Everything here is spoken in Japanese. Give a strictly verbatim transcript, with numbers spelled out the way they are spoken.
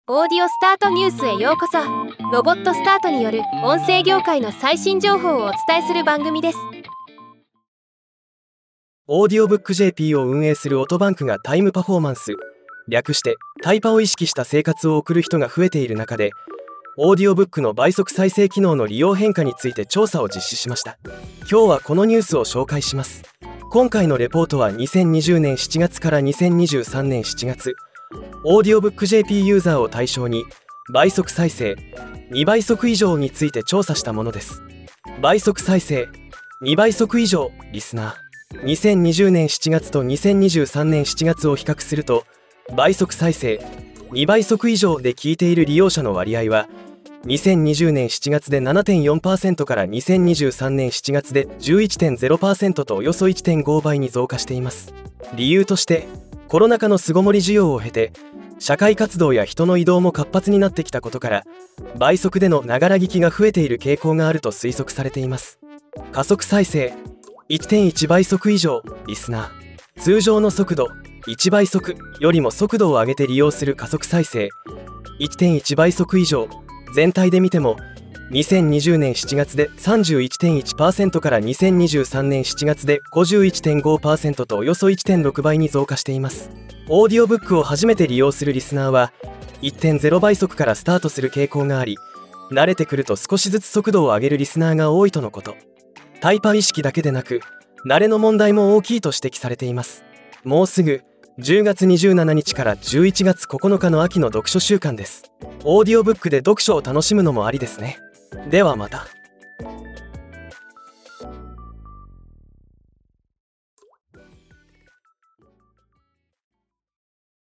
オーディオスタートニュースへようこそ。ロボットスタートによる音声業界の最新情報をお伝えする番組です。 オーディオブック ジェーピー を運営するオトバンクがタイムパフォーマンス、略してタイパを意識した生活を送る人が増えている中で、オーディオブックの倍速再生機能の利用変化について調査を実施しました。今日はこのニュースを紹介します。今回のレポートはにせんにじゅうねんしちがつからにせんにじゅうさんねんしちがつ、オーディオブック ジェーピー ユーザーを対象に倍速再生にばい速以上について調査したものです。倍速再生にばい速以上リスナー、にせんにじゅうねんしちがつとにせんにじゅうさんねんしちがつを比較すると、倍速再生にばい速以上で聞いている利用者の割合はにせんにじゅうねんしちがつで ななてんよんパーセント からにせんにじゅうさんねんしちがつで じゅういちてんゼロパーセント とおよそ いってんご 倍に増加しています。理由として、コロナ禍の巣ごもり需要を経て社会活動や人の移動も活発になってきたことから、倍速でのながら聞きが増えている傾向があると推測されています。加速再生 いってんいち 倍速以上リスナー、通常の速度いちばい速よりも速度を上げて利用する加速再生 いってんいち 倍速以上、全体で見てもにせんにじゅうねんしちがつで さんじゅういってんいちパーセント からにせんにじゅうさんねんしちがつで ごじゅういってんごパーセント とおよそ いってんろく 倍に増加しています。オーディオブックを初めて利用するリスナーは いってんゼロ 倍速からスタートする傾向があり、慣れてくると少しずつ速度を上げるリスナーが多いとのこと。タイパ意識だけでなく慣れの問題も大きいと指摘されています。もうすぐじゅうがつにじゅうしちにちからじゅういちがつここのかの秋の読書週間です。オーディオブックで読書を楽しむのもありですね。ではまた。